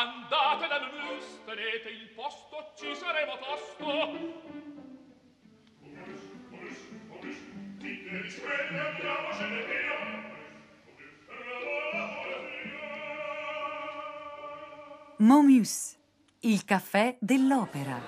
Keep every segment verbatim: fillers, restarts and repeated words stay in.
andate da Mus, tenete il posto, ci saremo tosto. Momus, Momus, Momus, dite di sveglia, andiamocene via. Momus, il caffè dell'opera.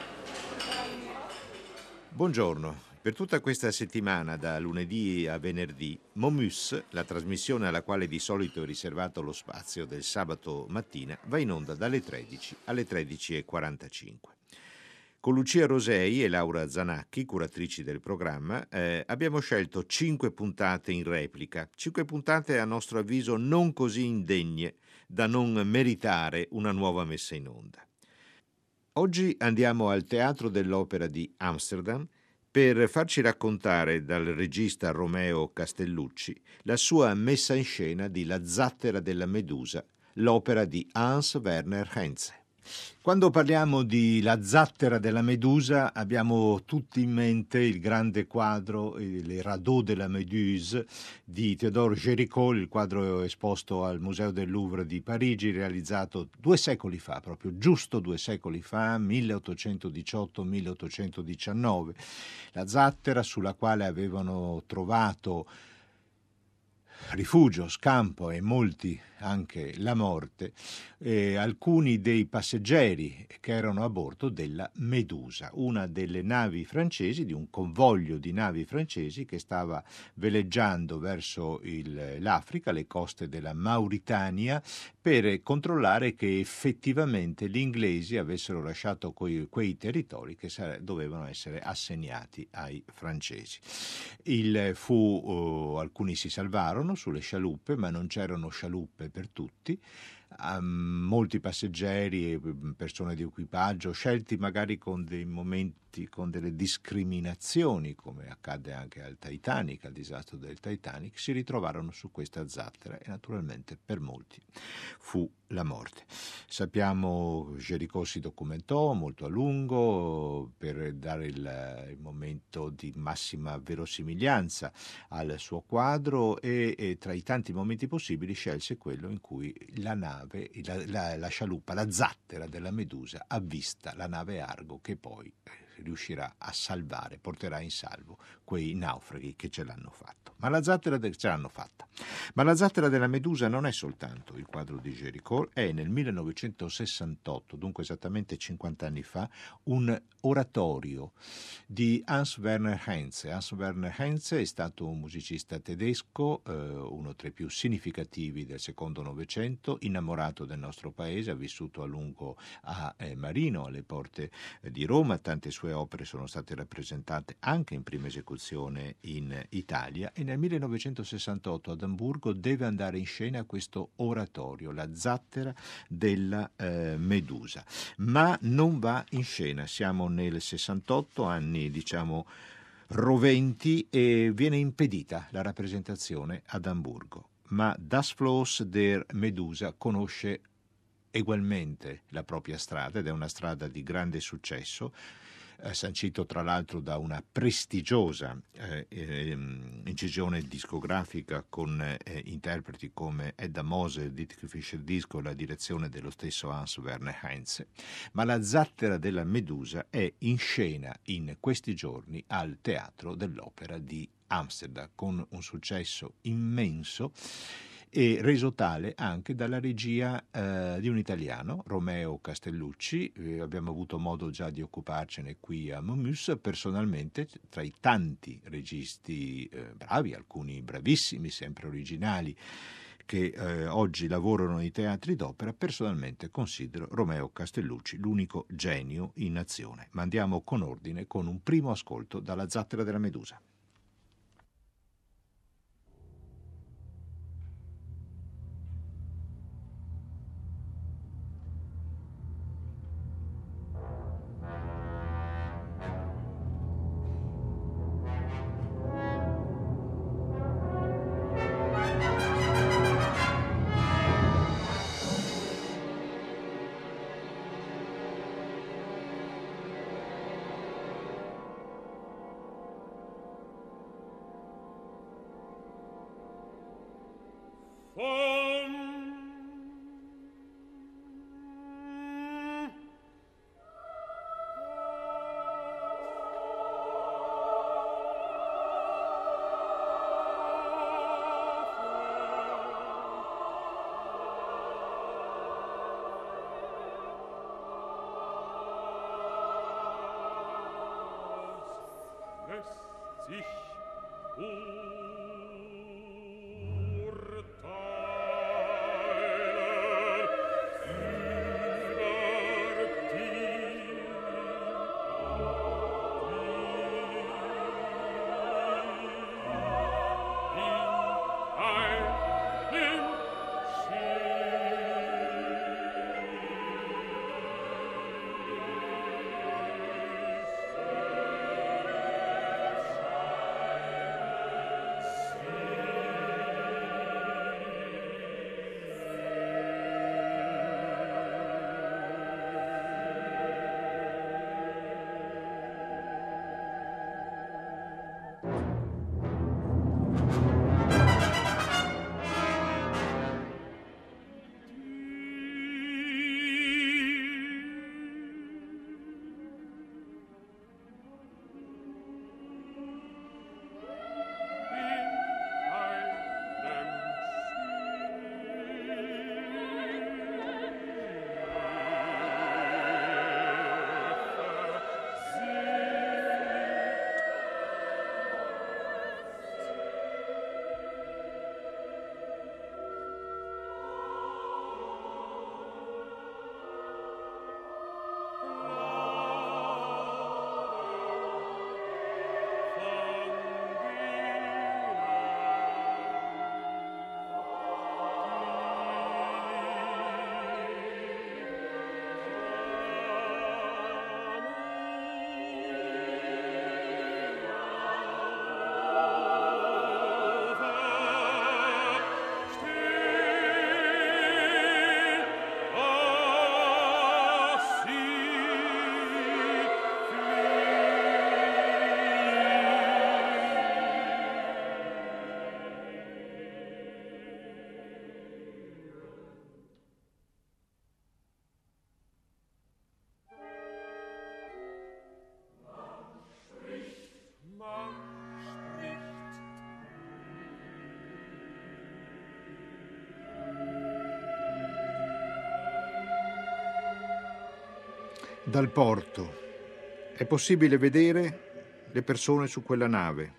Buongiorno. Per tutta questa settimana, da lunedì a venerdì, Momus, la trasmissione alla quale di solito è riservato lo spazio del sabato mattina, va in onda dalle tredici alle tredici e quarantacinque. Con Lucia Rosei e Laura Zanacchi, curatrici del programma, eh, abbiamo scelto cinque puntate in replica, cinque puntate a nostro avviso non così indegne da non meritare una nuova messa in onda. Oggi andiamo al Teatro dell'Opera di Amsterdam per farci raccontare dal regista Romeo Castellucci la sua messa in scena di La zattera della Medusa, l'opera di Hans Werner Henze. Quando parliamo di La zattera della Medusa abbiamo tutti in mente il grande quadro Les radeaux de la Méduse di Théodore Géricault, il quadro esposto al Museo del Louvre di Parigi, realizzato due secoli fa, proprio giusto due secoli fa, milleottocentodiciotto milleottocentodiciannove. La zattera sulla quale avevano trovato rifugio, scampo e molti anche la morte, eh, alcuni dei passeggeri che erano a bordo della Medusa, una delle navi francesi, di un convoglio di navi francesi che stava veleggiando verso il, l'Africa, le coste della Mauritania, per controllare che effettivamente gli inglesi avessero lasciato quei, quei territori che sare, dovevano essere assegnati ai francesi. Il fu, uh, alcuni si salvarono sulle scialuppe, ma non c'erano scialuppe per tutti. Um, molti passeggeri e persone di equipaggio, scelti magari con dei momenti, con delle discriminazioni, come accadde anche al Titanic, al disastro del Titanic, si ritrovarono su questa zattera e naturalmente per molti fu la morte. Sappiamo, Géricault si documentò molto a lungo per dare il, il momento di massima verosimiglianza al suo quadro e, e tra i tanti momenti possibili scelse quello in cui la nave, la, la, la scialuppa, la zattera della Medusa avvista la nave Argo che poi riuscirà a salvare, porterà in salvo quei naufraghi che ce l'hanno fatto. Ma la zattera de- ce l'hanno fatta. Ma la zattera della Medusa non è soltanto il quadro di Géricault, è nel millenovecentosessantotto, dunque esattamente cinquanta anni fa, un oratorio di Hans Werner Henze. Hans Werner Henze è stato un musicista tedesco, eh, uno tra i più significativi del secondo Novecento, innamorato del nostro paese, ha vissuto a lungo a eh, Marino, alle porte eh, di Roma, tante sue opere sono state rappresentate anche in prima esecuzione in Italia e nel millenovecentosessantotto ad Amburgo deve andare in scena questo oratorio, La zattera della eh, Medusa, ma non va in scena, siamo nel sessantotto, anni diciamo roventi, e viene impedita la rappresentazione ad Amburgo, ma Das Floß der Medusa conosce egualmente la propria strada ed è una strada di grande successo, eh, sancito tra l'altro da una prestigiosa eh, eh, incisione discografica con eh, interpreti come Edda Moser, Dietrich Fischer-Disch, la direzione dello stesso Hans Werner Henze. Ma la zattera della Medusa è in scena in questi giorni al Teatro dell'Opera di Amsterdam con un successo immenso e reso tale anche dalla regia eh, di un italiano, Romeo Castellucci. Eh, abbiamo avuto modo già di occuparcene qui a Momus. Personalmente, tra i tanti registi eh, bravi, alcuni bravissimi, sempre originali, che eh, oggi lavorano nei teatri d'opera, personalmente considero Romeo Castellucci l'unico genio in azione. Ma andiamo con ordine con un primo ascolto dalla Zattera della Medusa. Dal porto è possibile vedere le persone su quella nave.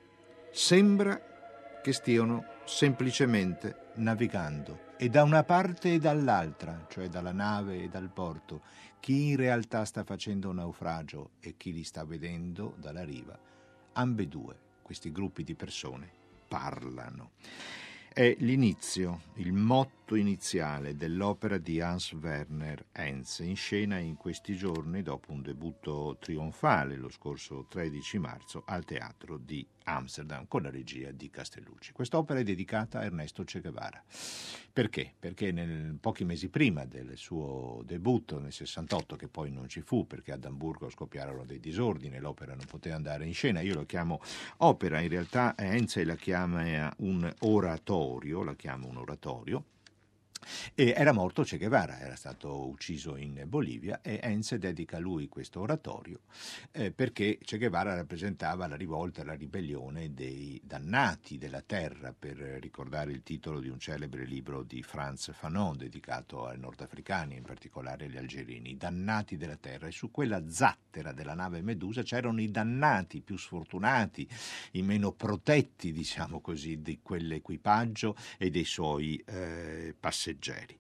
Sembra che stiano semplicemente navigando, e da una parte e dall'altra, cioè dalla nave e dal porto, chi in realtà sta facendo un naufragio e chi li sta vedendo dalla riva, ambedue questi gruppi di persone parlano. È l'inizio, il motto iniziale dell'opera di Hans Werner Henze, in scena in questi giorni dopo un debutto trionfale lo scorso tredici marzo al Teatro di Amsterdam con la regia di Castellucci. Quest'opera è dedicata a Ernesto Che Guevara. Perché? Perché nel, pochi mesi prima del suo debutto nel sessantotto, che poi non ci fu perché ad Amburgo scoppiarono dei disordini, l'opera non poteva andare in scena, io lo chiamo opera, in realtà Henze la chiama un oratorio, la chiama un oratorio. E era morto Che Guevara, era stato ucciso in Bolivia, e Henze dedica a lui questo oratorio eh, perché Che Guevara rappresentava la rivolta, la ribellione dei dannati della terra, per ricordare il titolo di un celebre libro di Frantz Fanon dedicato ai nordafricani, in particolare agli algerini, i dannati della terra. E su quella zattera della nave Medusa c'erano i dannati più sfortunati, i meno protetti, diciamo così, di quell'equipaggio e dei suoi eh, passeggeri.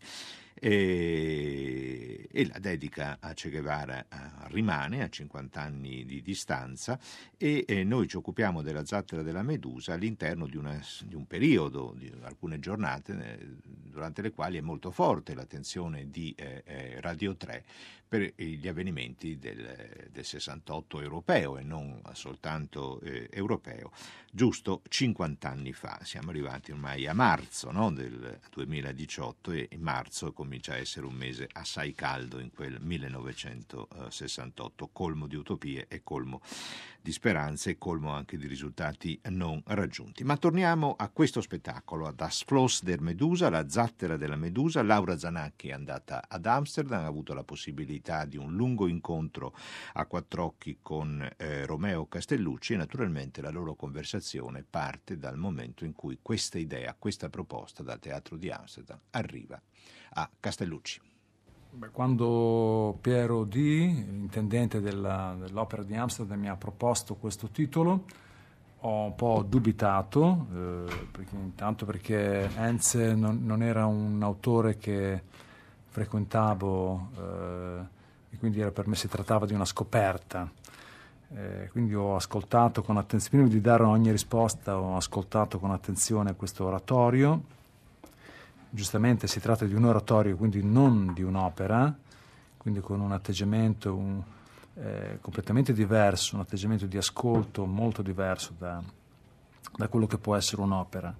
E, e la dedica a Che Guevara rimane a cinquanta anni di distanza, e, e noi ci occupiamo della zattera della Medusa all'interno di, una, di un periodo, di alcune giornate eh, durante le quali è molto forte l'attenzione di eh, eh, Radio tre per gli avvenimenti del, del sessantotto europeo e non soltanto eh, europeo, giusto cinquanta anni fa. Siamo arrivati ormai a marzo, no, del duemiladiciotto, e in marzo comincia a essere un mese assai caldo in quel millenovecentosessantotto, colmo di utopie e colmo di speranze e colmo anche di risultati non raggiunti. Ma torniamo a questo spettacolo, a Das Floß der Medusa, la zattera della Medusa. Laura Zanacchi è andata ad Amsterdam, ha avuto la possibilità di un lungo incontro a quattro occhi con eh, Romeo Castellucci, e naturalmente la loro conversazione parte dal momento in cui questa idea, questa proposta dal Teatro di Amsterdam arriva a Castellucci. Beh, quando Piero Di, l'intendente della, dell'Opera di Amsterdam, mi ha proposto questo titolo, ho un po' dubitato, eh, perché, intanto perché Heinze non, non era un autore che frequentavo, eh, e quindi era, per me si trattava di una scoperta. Eh, quindi ho ascoltato con attenzione, prima di dare ogni risposta, ho ascoltato con attenzione questo oratorio. Giustamente si tratta di un oratorio, quindi non di un'opera, quindi con un atteggiamento un, eh, completamente diverso, un atteggiamento di ascolto molto diverso da, da quello che può essere un'opera.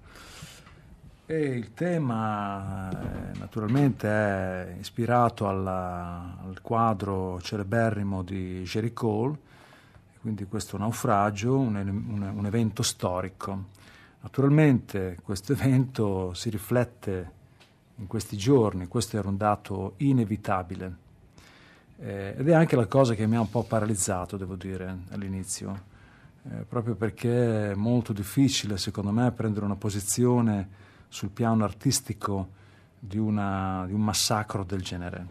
E il tema eh, naturalmente è ispirato alla, al quadro celeberrimo di Jerry Cole, quindi questo naufragio, un, un, un evento storico. Naturalmente questo evento si riflette in questi giorni, questo era un dato inevitabile, eh, ed è anche la cosa che mi ha un po' paralizzato, devo dire, all'inizio, eh, proprio perché è molto difficile, secondo me, prendere una posizione sul piano artistico di, una, di un massacro del genere,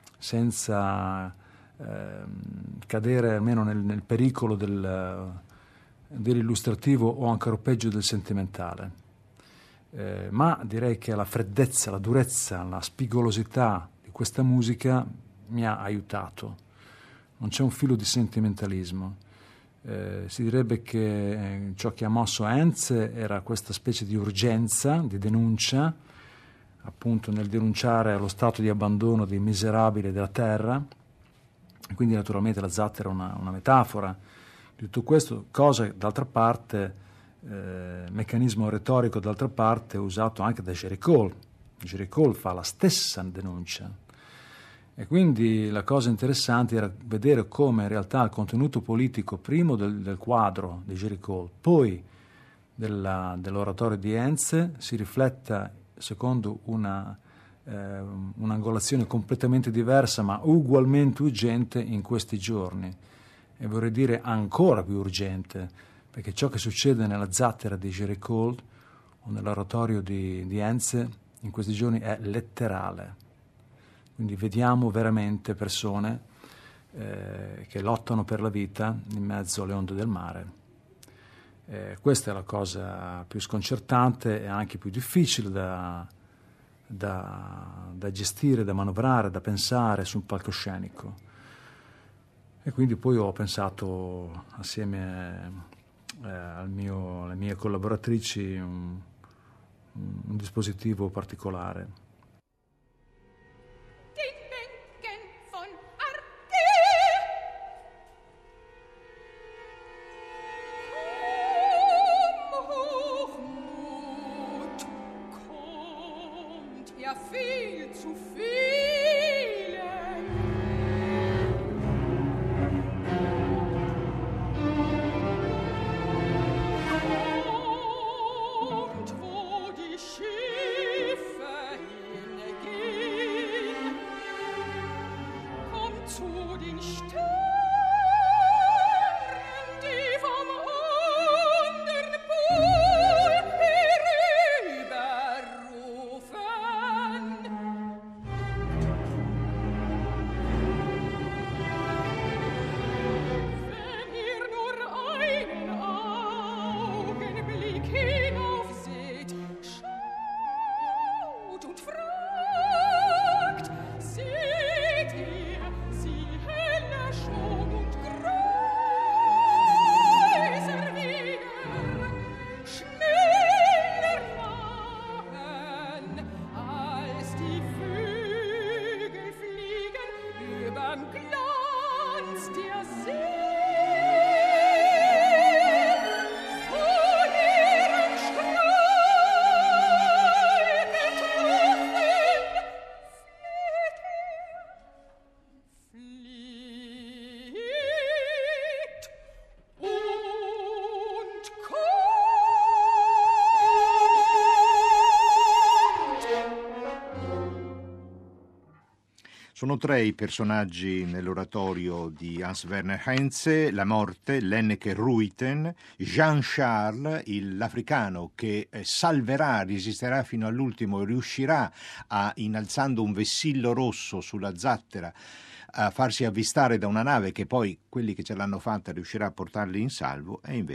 senza ehm, cadere almeno nel, nel pericolo del, dell'illustrativo o ancora peggio del sentimentale. Eh, ma direi che la freddezza, la durezza, la spigolosità di questa musica mi ha aiutato. Non c'è un filo di sentimentalismo. Eh, si direbbe che eh, ciò che ha mosso Heinze era questa specie di urgenza, di denuncia, appunto nel denunciare lo stato di abbandono dei miserabili della terra. E quindi naturalmente la zattera è una, una metafora di tutto questo, cosa d'altra parte, eh, meccanismo retorico d'altra parte usato anche da Jerry Cole. Jerry Cole fa la stessa denuncia. E quindi la cosa interessante era vedere come in realtà il contenuto politico, primo del, del quadro di Jerry Cole, poi della, dell'oratorio di Heinze, si rifletta secondo una, eh, un'angolazione completamente diversa ma ugualmente urgente in questi giorni. E vorrei dire ancora più urgente, perché ciò che succede nella zattera di Jerry Cole o nell'oratorio di, di Heinze in questi giorni è letterale. Quindi vediamo veramente persone eh, che lottano per la vita in mezzo alle onde del mare. Eh, questa è la cosa più sconcertante e anche più difficile da, da, da gestire, da manovrare, da pensare su un palcoscenico. E quindi poi ho pensato assieme eh, al mio, alle mie collaboratrici un, un dispositivo particolare. Sono tre i personaggi nell'oratorio di Hans Werner Heinze: la morte, l'Enneke Ruiten, Jean Charles, il, l'africano che eh, salverà, resisterà fino all'ultimo, riuscirà a, innalzando un vessillo rosso sulla zattera, a farsi avvistare da una nave che poi quelli che ce l'hanno fatta riuscirà a portarli in salvo, e invece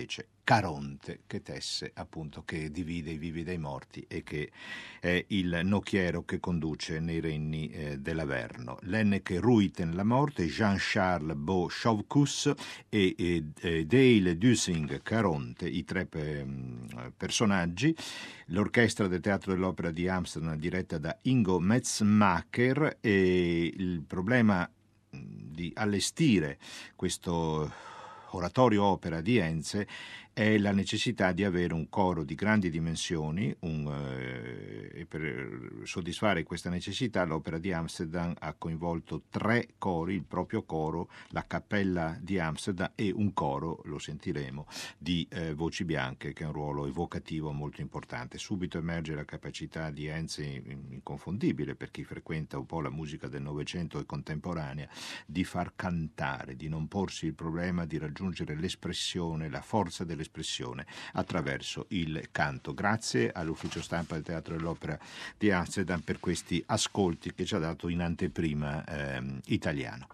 Caronte, che tesse appunto, che divide i vivi dai morti e che è il nocchiero che conduce nei regni eh, dell'Averno. Lenneke Ruiten la morte, Jean-Charles Beauchamp e, e, e Dale Dusing Caronte, i tre pe, personaggi. L'orchestra del Teatro dell'Opera di Amsterdam diretta da Ingo Metzmacher, e il problema di allestire questo oratorio opera di Henze è la necessità di avere un coro di grandi dimensioni, un, eh, e per soddisfare questa necessità l'Opera di Amsterdam ha coinvolto tre cori, il proprio coro, la Cappella di Amsterdam e un coro, lo sentiremo, di eh, voci bianche, che è un ruolo evocativo molto importante. Subito emerge la capacità di Henze, inconfondibile per chi frequenta un po' la musica del Novecento e contemporanea, di far cantare, di non porsi il problema di raggiungere l'espressione, la forza delle espressione attraverso il canto. Grazie all'ufficio stampa del Teatro dell'Opera di Amsterdam per questi ascolti che ci ha dato in anteprima ehm, italiano.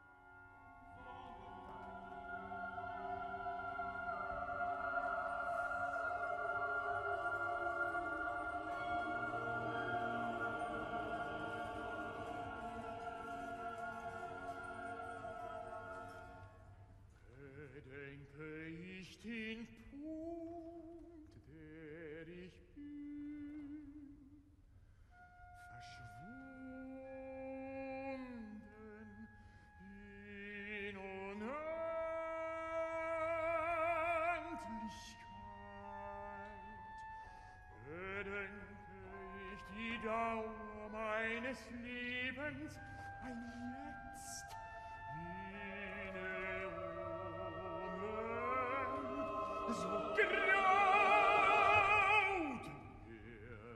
Den Punkt, der ich bin, verschwunden in Unendlichkeit. Bedenke ich die Dauer meines Lebens, ein Jetzt, so graut er.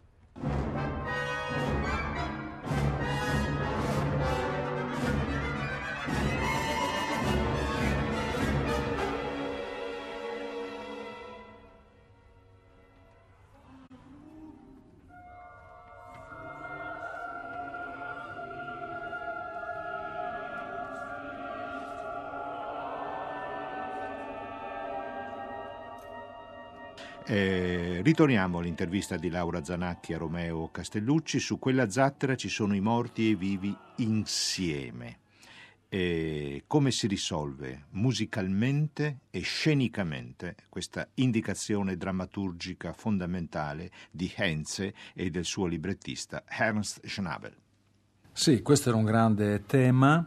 Eh, ritorniamo all'intervista di Laura Zanacchi a Romeo Castellucci. Su quella zattera ci sono i morti e i vivi insieme. Eh, come si risolve musicalmente e scenicamente questa indicazione drammaturgica fondamentale di Henze e del suo librettista Ernst Schnabel? Sì, questo era un grande tema,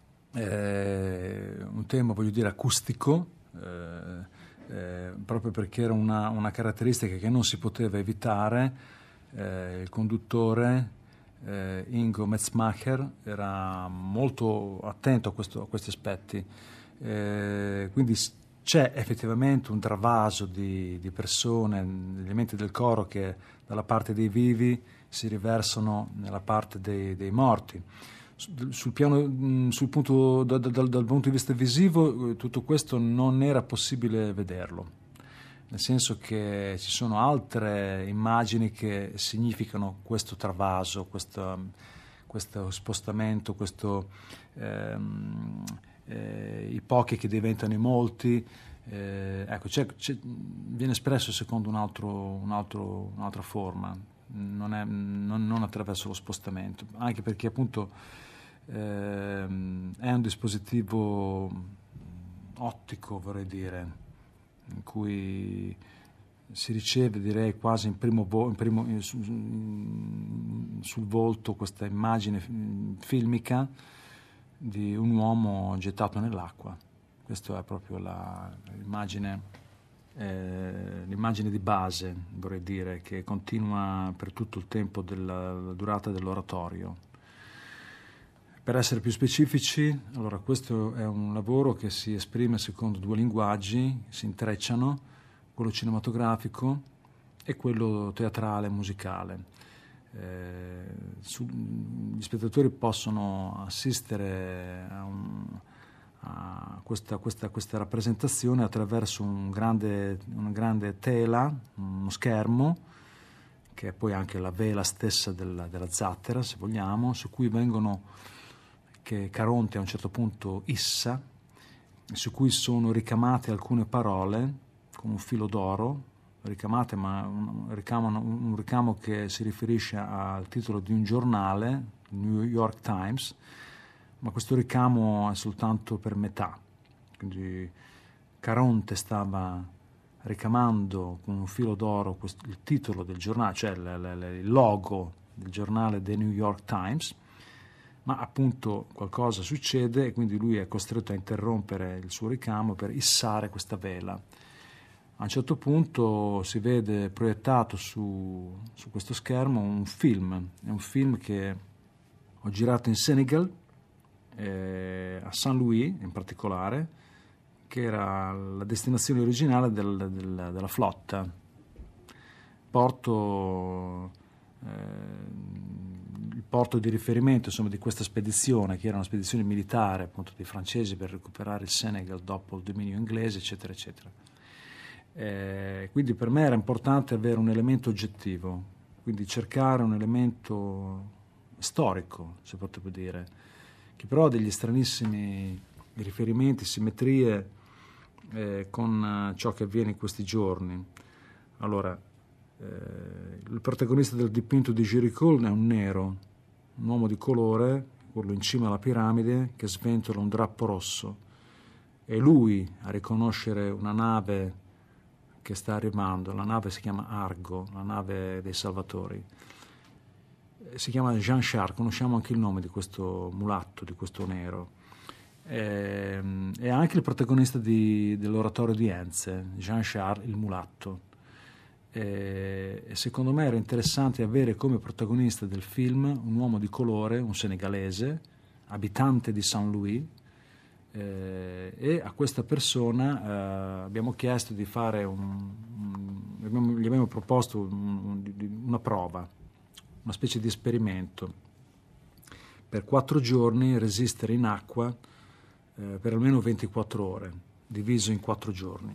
eh, un tema, voglio dire, acustico, eh, Eh, proprio perché era una, una caratteristica che non si poteva evitare. Eh, il conduttore eh, Ingo Metzmacher era molto attento a, questo, a questi aspetti, eh, quindi c'è effettivamente un travaso di, di persone, gli elementi del coro che dalla parte dei vivi si riversano nella parte dei, dei morti. Sul piano, sul punto, da, da, dal punto di vista visivo, tutto questo non era possibile vederlo, nel senso che ci sono altre immagini che significano questo travaso, questo, questo spostamento, questo, ehm, eh, i pochi che diventano i molti. Eh, ecco, c'è, c'è, viene espresso secondo un altro, un altro, un'altra forma, non, è, non, non attraverso lo spostamento, anche perché appunto Eh, è un dispositivo ottico, vorrei dire, in cui si riceve, direi quasi in primo, vo- in primo in, su, in, sul volto questa immagine filmica di un uomo gettato nell'acqua. Questa è proprio la, l'immagine, eh, l'immagine di base, vorrei dire, che continua per tutto il tempo della durata dell'oratorio. Per essere più specifici, allora questo è un lavoro che si esprime secondo due linguaggi, si intrecciano, quello cinematografico e quello teatrale e musicale. Eh, su, gli spettatori possono assistere a, un, a questa, questa, questa rappresentazione attraverso un grande, una grande tela, uno schermo, che è poi anche la vela stessa della, della zattera, se vogliamo, su cui vengono, che Caronte a un certo punto issa, su cui sono ricamate alcune parole con un filo d'oro, ricamate, ma un ricamo, un ricamo che si riferisce al titolo di un giornale, New York Times, ma questo ricamo è soltanto per metà. Quindi Caronte stava ricamando con un filo d'oro questo, il titolo del giornale, cioè l, l, il logo del giornale The New York Times, ma appunto qualcosa succede e quindi lui è costretto a interrompere il suo ricamo per issare questa vela. A un certo punto si vede proiettato su, su questo schermo un film, è un film che ho girato in Senegal, eh, a Saint Louis in particolare, che era la destinazione originale del, del, della flotta. Porto, eh, il porto di riferimento, insomma, di questa spedizione, che era una spedizione militare appunto dei francesi per recuperare il Senegal dopo il dominio inglese, eccetera, eccetera. Eh, quindi per me era importante avere un elemento oggettivo, quindi cercare un elemento storico, si potrebbe dire, che però ha degli stranissimi riferimenti, simmetrie eh, con ciò che avviene in questi giorni. Allora, eh, il protagonista del dipinto di Géricault è un nero, un uomo di colore, quello in cima alla piramide, che sventola un drappo rosso. È lui a riconoscere una nave che sta arrivando. La nave si chiama Argo, la nave dei salvatori. Si chiama Jean Char, conosciamo anche il nome di questo mulatto, di questo nero. È, è anche il protagonista di, dell'oratorio di Enze, Jean Char, il mulatto. E, e secondo me era interessante avere come protagonista del film un uomo di colore, un senegalese, abitante di Saint Louis, Eh, e a questa persona eh, abbiamo chiesto di fare un, un abbiamo, gli abbiamo proposto un, un, una prova, una specie di esperimento per quattro giorni, resistere in acqua eh, per almeno ventiquattro ore, diviso in quattro giorni.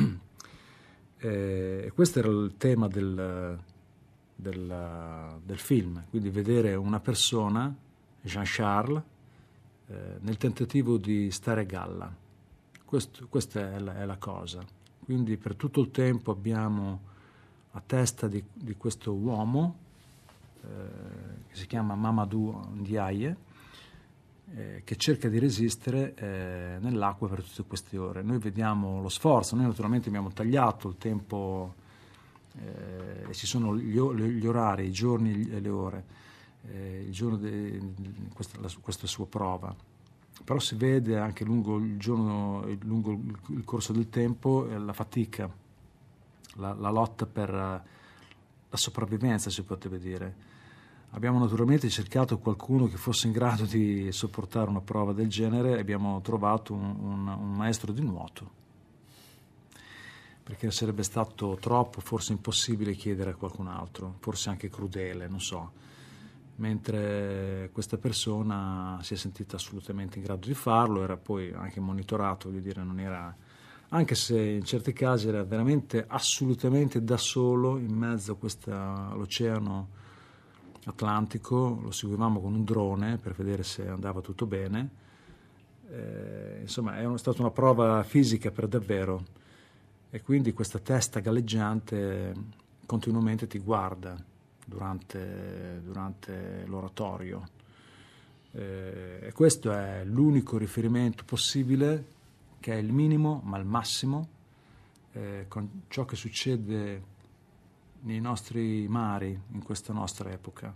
eh, e questo era il tema del, del, del film, quindi vedere una persona, Jean Charles, nel tentativo di stare a galla. Questo, questa è la, è la cosa. Quindi per tutto il tempo abbiamo a testa di, di questo uomo eh, che si chiama Mamadou Ndiaye, eh, che cerca di resistere eh, nell'acqua per tutte queste ore. Noi vediamo lo sforzo, noi naturalmente abbiamo tagliato il tempo eh, e ci sono gli, gli orari, i giorni e le ore. Eh, il giorno di questa, la, questa sua prova, però si vede anche lungo il giorno, lungo il, il corso del tempo eh, la fatica, la, la lotta per uh, la sopravvivenza, si potrebbe dire. Abbiamo naturalmente cercato qualcuno che fosse in grado di sopportare una prova del genere e abbiamo trovato un, un, un maestro di nuoto, perché sarebbe stato troppo, forse impossibile chiedere a qualcun altro, forse anche crudele, non so. Mentre questa persona si è sentita assolutamente in grado di farlo, era poi anche monitorato, voglio dire, non era, anche se in certi casi era veramente assolutamente da solo in mezzo a questa, all'oceano Atlantico, lo seguivamo con un drone per vedere se andava tutto bene. Eh, insomma, è stata una prova fisica per davvero, e quindi questa testa galleggiante continuamente ti guarda durante, durante l'oratorio. Eh, e questo è l'unico riferimento possibile, che è il minimo ma il massimo eh, con ciò che succede nei nostri mari in questa nostra epoca.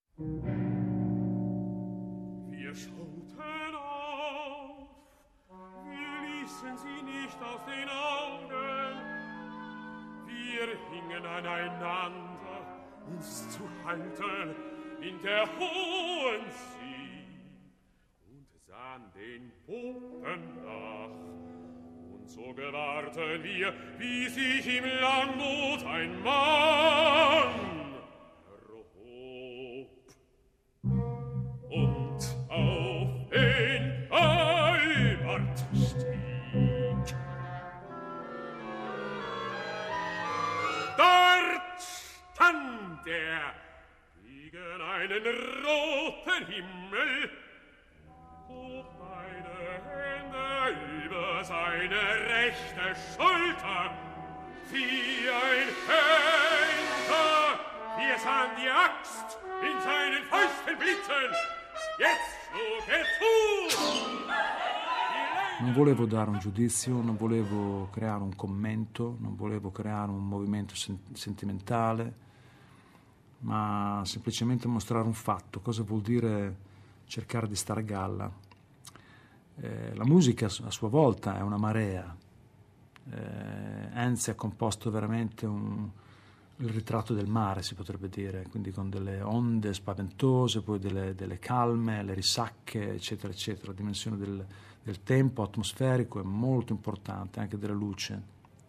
Wir schauten auf, wir ließen sie nicht aus den Augen, wir hingen aneinander, uns zu halten in der hohen See, und sahen den Booten nach, und so gewahrten wir, wie sich im Langboot ein Mann erhob und auf den Eibart stieg. Dort stand er gegen einen roten Himmel, hob beide Hände über seine rechte Schulter wie ein Henker, wir sahen die Axt in seinen Fäusten blitzen. Jetzt schlug er zu. Non volevo dare un giudizio, non volevo creare un commento, non volevo creare un movimento sen- sentimentale, ma semplicemente mostrare un fatto. Cosa vuol dire cercare di stare a galla? Eh, la musica a sua volta è una marea. Eh, Enzi ha composto veramente un, il ritratto del mare, si potrebbe dire, quindi con delle onde spaventose, poi delle, delle calme, le risacche, eccetera, eccetera. La dimensione del del tempo atmosferico è molto importante, anche della luce.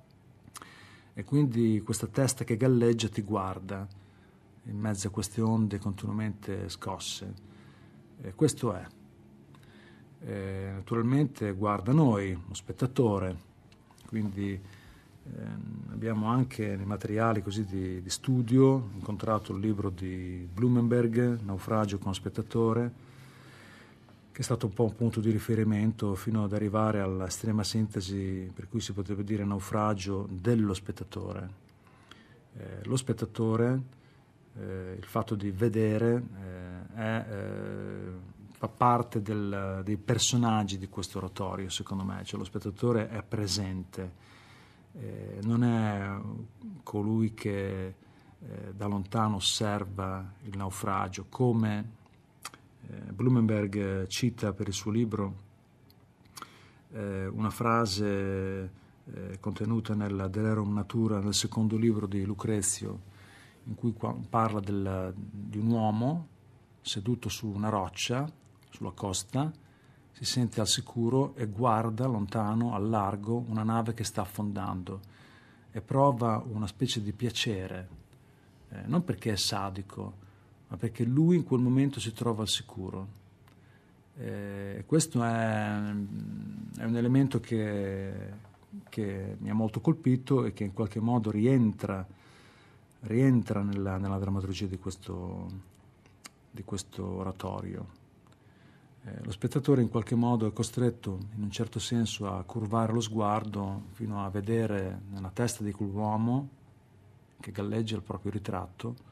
E quindi questa testa che galleggia ti guarda in mezzo a queste onde continuamente scosse. E questo è. E naturalmente guarda noi, lo spettatore, quindi ehm, abbiamo anche nei materiali così di, di studio incontrato il libro di Blumenberg, Naufragio con spettatore, che è stato un po' un punto di riferimento fino ad arrivare all'estrema sintesi per cui si potrebbe dire naufragio dello spettatore. Eh, lo spettatore, eh, il fatto di vedere, eh, è, eh, fa parte del, dei personaggi di questo oratorio, secondo me, cioè lo spettatore è presente, eh, non è colui che eh, da lontano osserva il naufragio, come Blumenberg cita per il suo libro eh, una frase eh, contenuta nella De Rerum Natura, nel secondo libro di Lucrezio, in cui parla del, di un uomo seduto su una roccia, sulla costa, si sente al sicuro e guarda lontano, al largo, una nave che sta affondando e prova una specie di piacere, eh, non perché è sadico, ma perché lui in quel momento si trova al sicuro. Eh, questo è, è un elemento che, che mi ha molto colpito e che in qualche modo rientra, rientra nella, nella drammaturgia di questo, di questo oratorio. Eh, lo spettatore in qualche modo è costretto, in un certo senso, a curvare lo sguardo fino a vedere nella testa di quell'uomo che galleggia il proprio ritratto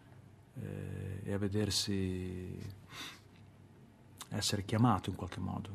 e a vedersi essere chiamato in qualche modo.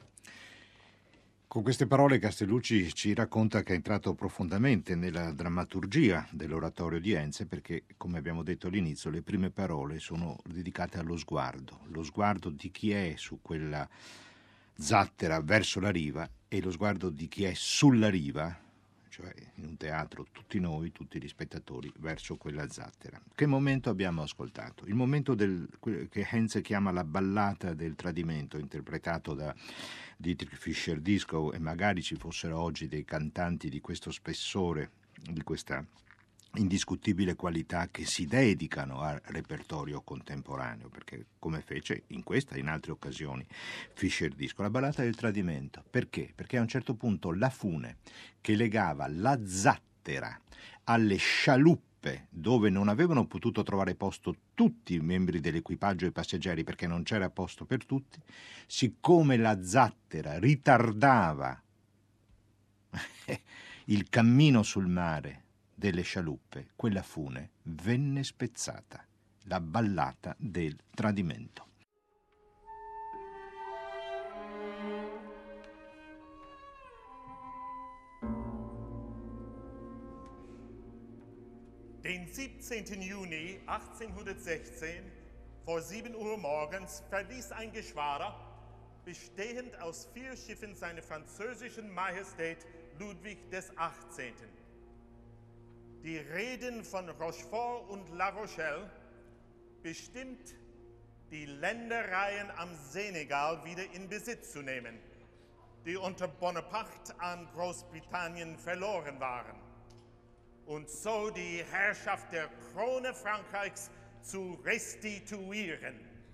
Con queste parole Castellucci ci racconta che è entrato profondamente nella drammaturgia dell'oratorio di Enze, perché, come abbiamo detto all'inizio, le prime parole sono dedicate allo sguardo, lo sguardo di chi è su quella zattera verso la riva e lo sguardo di chi è sulla riva, cioè in un teatro tutti noi, tutti gli spettatori, verso quella zattera. Che momento abbiamo ascoltato? Il momento del, che Henze chiama la ballata del tradimento, interpretato da Dietrich Fischer-Dieskau, e magari ci fossero oggi dei cantanti di questo spessore, di questa indiscutibile qualità, che si dedicano al repertorio contemporaneo, perché come fece in questa e in altre occasioni Fischer-Dieskau. La ballata del tradimento. Perché? Perché a un certo punto la fune che legava la zattera alle scialuppe, dove non avevano potuto trovare posto tutti i membri dell'equipaggio e i passeggeri perché non c'era posto per tutti, siccome la zattera ritardava il cammino sul mare delle scialuppe, quella fune venne spezzata. La ballata del tradimento. Den siebzehnten Juni achtzehnhundertsechzehn, vor sieben Uhr morgens, verließ ein Geschwader, bestehend aus vier Schiffen seiner französischen Majestät Ludwig des achtzehnten. Die Reeden von Rochefort und La Rochelle bestimmt, die Ländereien am Senegal wieder in Besitz zu nehmen, die unter Bonaparte an Großbritannien verloren waren, und so die Herrschaft der Krone Frankreichs zu restituieren.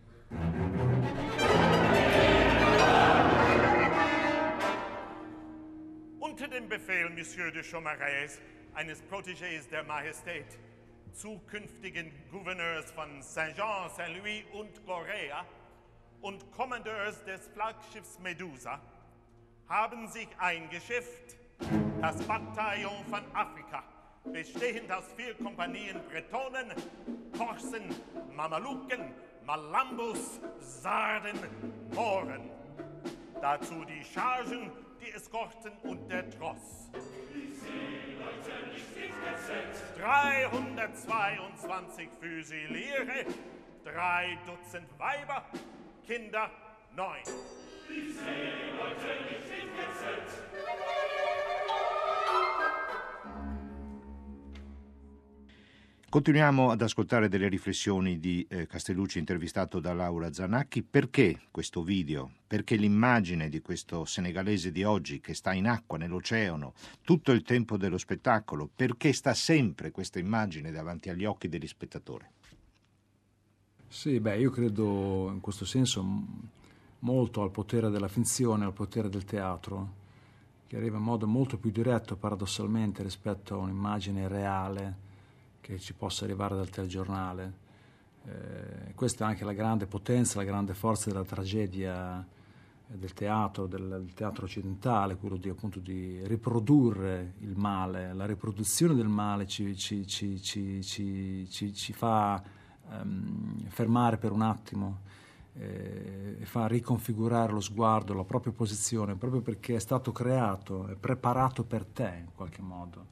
Unter dem Befehl Monsieur de Chaumareix, eines Protégés der Majestät, zukünftigen Gouverneurs von Saint-Jean, Saint-Louis und Gorea und Kommandeurs des Flaggschiffs Medusa, haben sich eingeschifft Das Bataillon von Afrika, bestehend aus vier Kompanien Bretonen, Korsen, Mameluken, Malambus, Sarden, Mohren. Dazu die Chargen, die Eskorten und der Tross. Die Seeleute nicht ins Gesetz. dreihundertzweiundzwanzig Füsiliere, drei Dutzend Weiber, Kinder neun. Die Seeleute nicht ins Gesetz. Continuiamo ad ascoltare delle riflessioni di eh, Castellucci intervistato da Laura Zanacchi. Perché questo video? Perché l'immagine di questo senegalese di oggi che sta in acqua, nell'oceano, tutto il tempo dello spettacolo? Perché sta sempre questa immagine davanti agli occhi degli spettatori? Sì, beh, io credo in questo senso molto al potere della finzione, al potere del teatro, che arriva in modo molto più diretto, paradossalmente, rispetto a un'immagine reale che ci possa arrivare dal telegiornale. Eh, questa è anche la grande potenza, la grande forza della tragedia del teatro, del, del teatro occidentale, quello di, appunto, di riprodurre il male. La riproduzione del male ci, ci, ci, ci, ci, ci, ci fa um, fermare per un attimo eh, e fa riconfigurare lo sguardo, la propria posizione, proprio perché è stato creato, è preparato per te in qualche modo.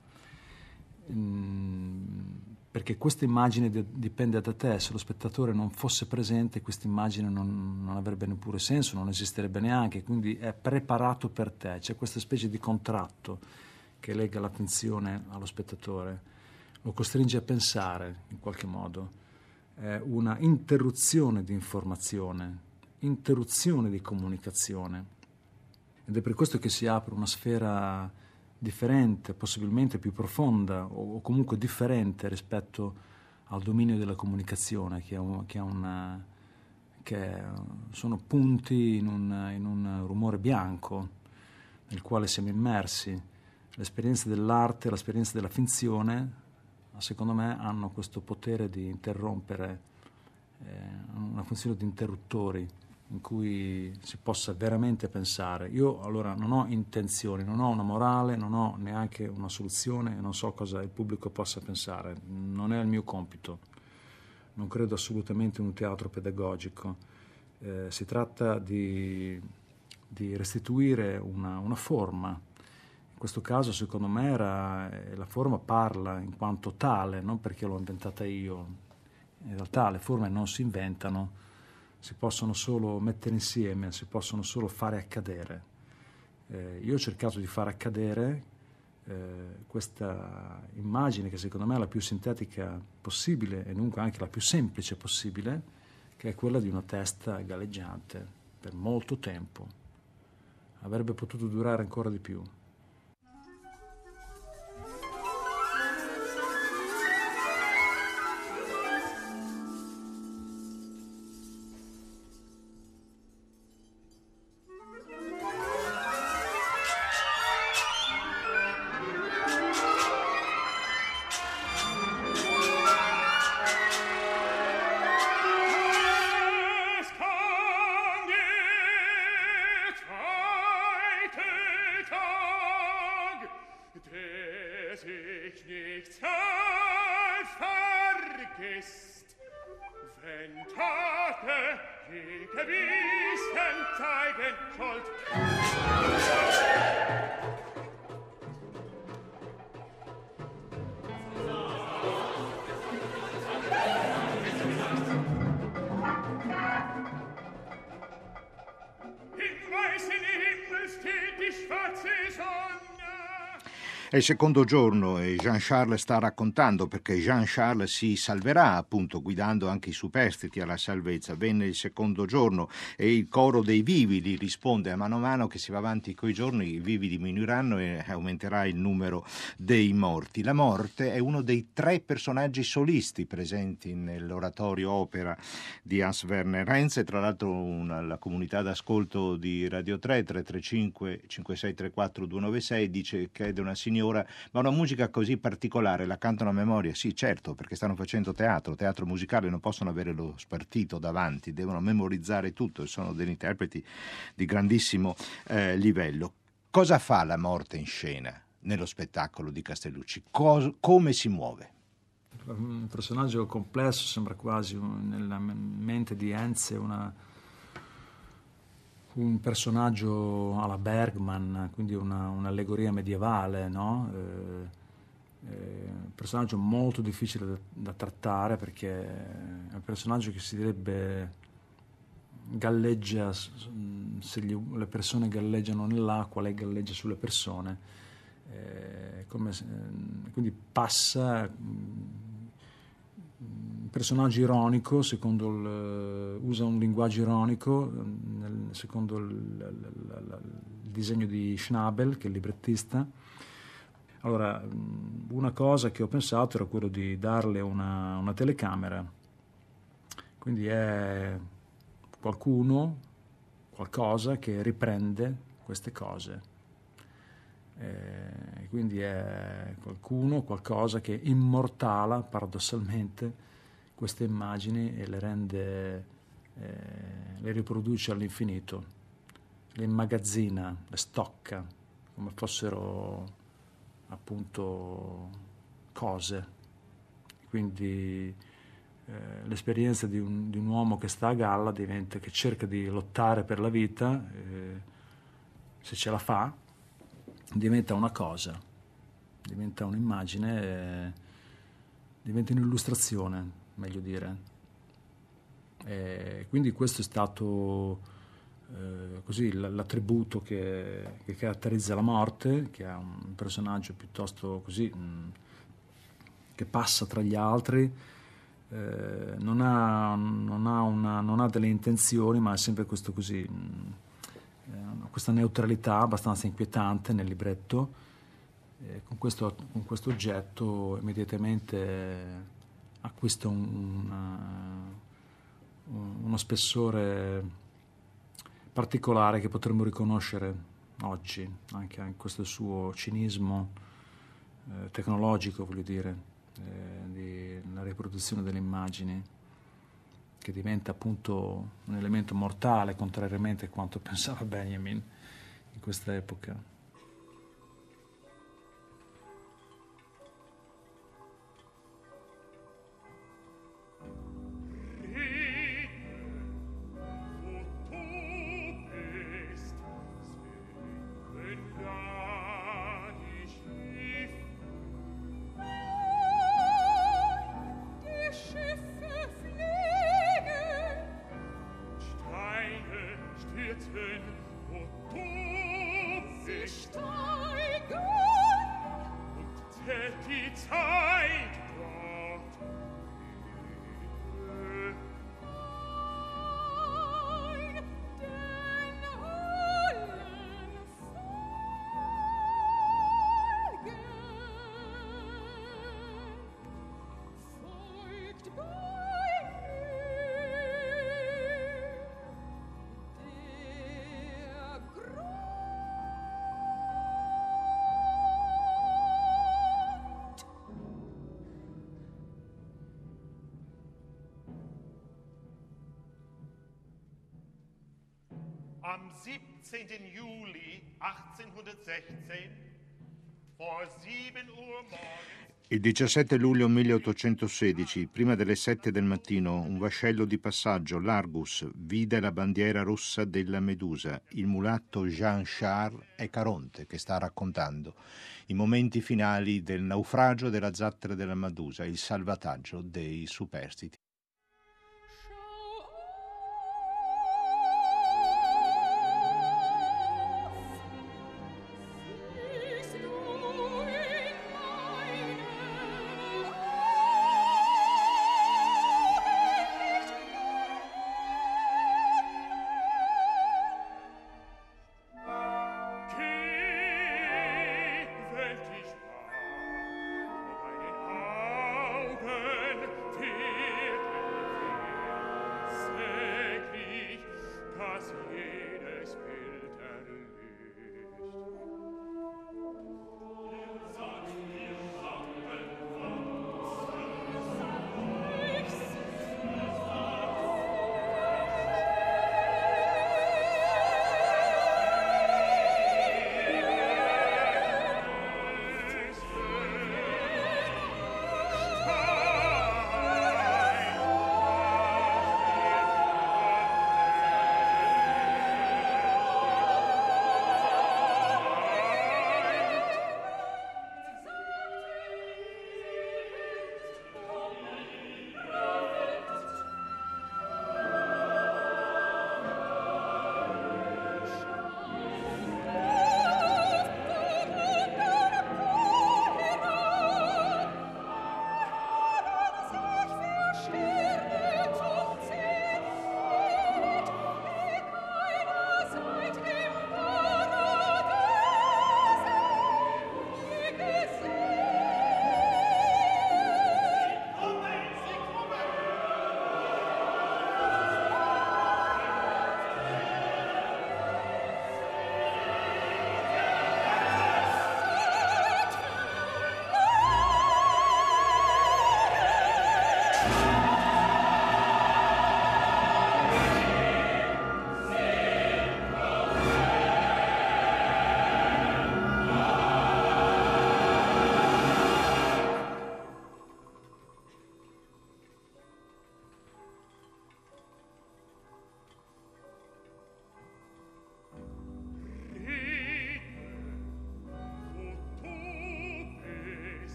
Perché questa immagine de- dipende da te. Se lo spettatore non fosse presente, questa immagine non, non avrebbe neppure senso, non esisterebbe neanche, quindi è preparato per te. C'è questa specie di contratto che lega l'attenzione allo spettatore, lo costringe a pensare in qualche modo. È una interruzione di informazione, interruzione di comunicazione, ed è per questo che si apre una sfera differente, possibilmente più profonda o comunque differente rispetto al dominio della comunicazione, che, è un, che, è una, che sono punti in un, in un rumore bianco nel quale siamo immersi. L'esperienza dell'arte, l'esperienza della finzione, secondo me, hanno questo potere di interrompere, eh, una funzione di interruttori in cui si possa veramente pensare. Io allora non ho intenzioni, non ho una morale, non ho neanche una soluzione e non so cosa il pubblico possa pensare. Non è il mio compito. Non credo assolutamente in un teatro pedagogico. Eh, si tratta di, di restituire una, una forma. In questo caso, secondo me, era, la forma parla in quanto tale, non perché l'ho inventata io. In realtà le forme non si inventano, si possono solo mettere insieme, si possono solo fare accadere. Eh, io ho cercato di fare accadere eh, questa immagine, che secondo me è la più sintetica possibile e dunque anche la più semplice possibile, che è quella di una testa galleggiante per molto tempo. Avrebbe potuto durare ancora di più. È il secondo giorno e Jean-Charles sta raccontando, perché Jean-Charles si salverà appunto guidando anche i superstiti alla salvezza. Venne il secondo giorno e il coro dei vivi gli risponde: a mano a mano che si va avanti coi giorni i vivi diminuiranno e aumenterà il numero dei morti. La morte è uno dei tre personaggi solisti presenti nell'oratorio opera di Hans Werner Henze. Tra l'altro una, la comunità d'ascolto di Radio tre, tre tre cinque cinque sei tre quattro due nove sei, dice che è una signora, ma una musica così particolare la cantano a memoria? Sì, certo, perché stanno facendo teatro, teatro musicale, non possono avere lo spartito davanti, devono memorizzare tutto e sono degli interpreti di grandissimo eh, livello. Cosa fa la morte in scena? nello spettacolo di Castellucci? Cos- come si muove? Un personaggio complesso, sembra quasi un, nella mente di Enze una, un personaggio alla Bergman, quindi una, un'allegoria medievale, no? Eh, eh, un personaggio molto difficile da, da trattare, perché è un personaggio che si direbbe galleggia, se gli, le persone galleggiano nell'acqua, lei galleggia sulle persone, eh, come, quindi passa un personaggio ironico, secondo il, usa un linguaggio ironico, nel, secondo il, il, il, il disegno di Schnabel, che è il librettista. Allora, una cosa che ho pensato era quello di darle una, una telecamera, quindi è qualcuno, qualcosa che riprende queste cose. Eh, quindi è qualcuno, qualcosa che immortala paradossalmente queste immagini e le rende, eh, le riproduce all'infinito, le immagazzina, le stocca come fossero appunto cose. Quindi eh, l'esperienza di un, di un uomo che sta a galla diventa, che cerca di lottare per la vita, eh, se ce la fa, diventa una cosa, diventa un'immagine, eh, diventa un'illustrazione, meglio dire. E quindi questo è stato eh, così l'attributo che, che caratterizza la morte, che è un personaggio piuttosto così mh, che passa tra gli altri, eh, non ha, non ha una, non ha delle intenzioni, ma è sempre questo così mh, eh, questa neutralità abbastanza inquietante nel libretto. Eh, con, questo, con questo oggetto immediatamente acquista un, una, uno spessore particolare che potremmo riconoscere oggi, anche in questo suo cinismo eh, tecnologico, voglio dire, eh, di, la riproduzione delle immagini, che diventa appunto un elemento mortale, contrariamente a quanto pensava Benjamin in questa epoca. Am siebzehnten Juli achtzehnhundertsechzehn, vor sieben Uhr morgens. Il diciassette luglio milleottocentosedici, prima delle sette del mattino, un vascello di passaggio, l'Argus, vide la bandiera rossa della Medusa. Il mulatto Jean Charles è Caronte che sta raccontando i momenti finali del naufragio della zattera della Medusa, il salvataggio dei superstiti. Augen, die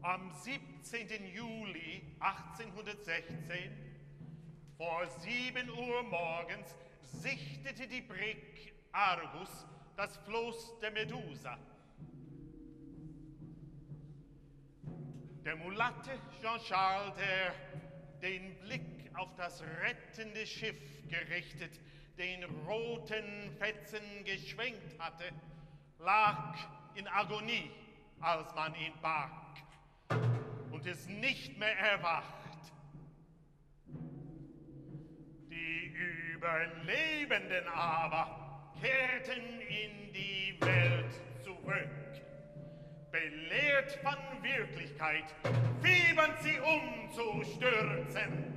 Am siebzehnten Juli achtzehnhundertsechzehn, vor sieben Uhr morgens, sichtete die Brigg Argus das Floß der Medusa. Der Mulatte Jean-Charles, der den Blick auf das rettende Schiff gerichtet, den roten Fetzen geschwenkt hatte, lag in Agonie, als man ihn barg und es nicht mehr erwacht. Die Überlebenden aber kehrten in die Welt zurück. Belehrt von Wirklichkeit, fiebern sie umzustürzen.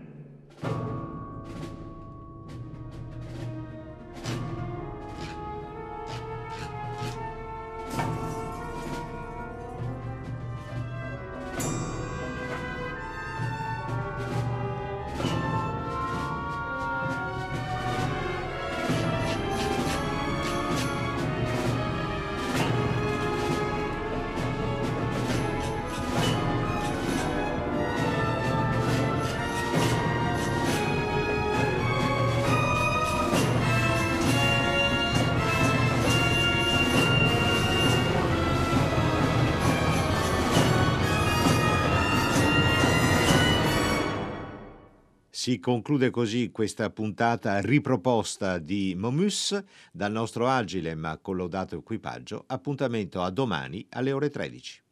Si conclude così questa puntata riproposta di Momus dal nostro agile ma collaudato equipaggio. Appuntamento a domani alle ore tredici.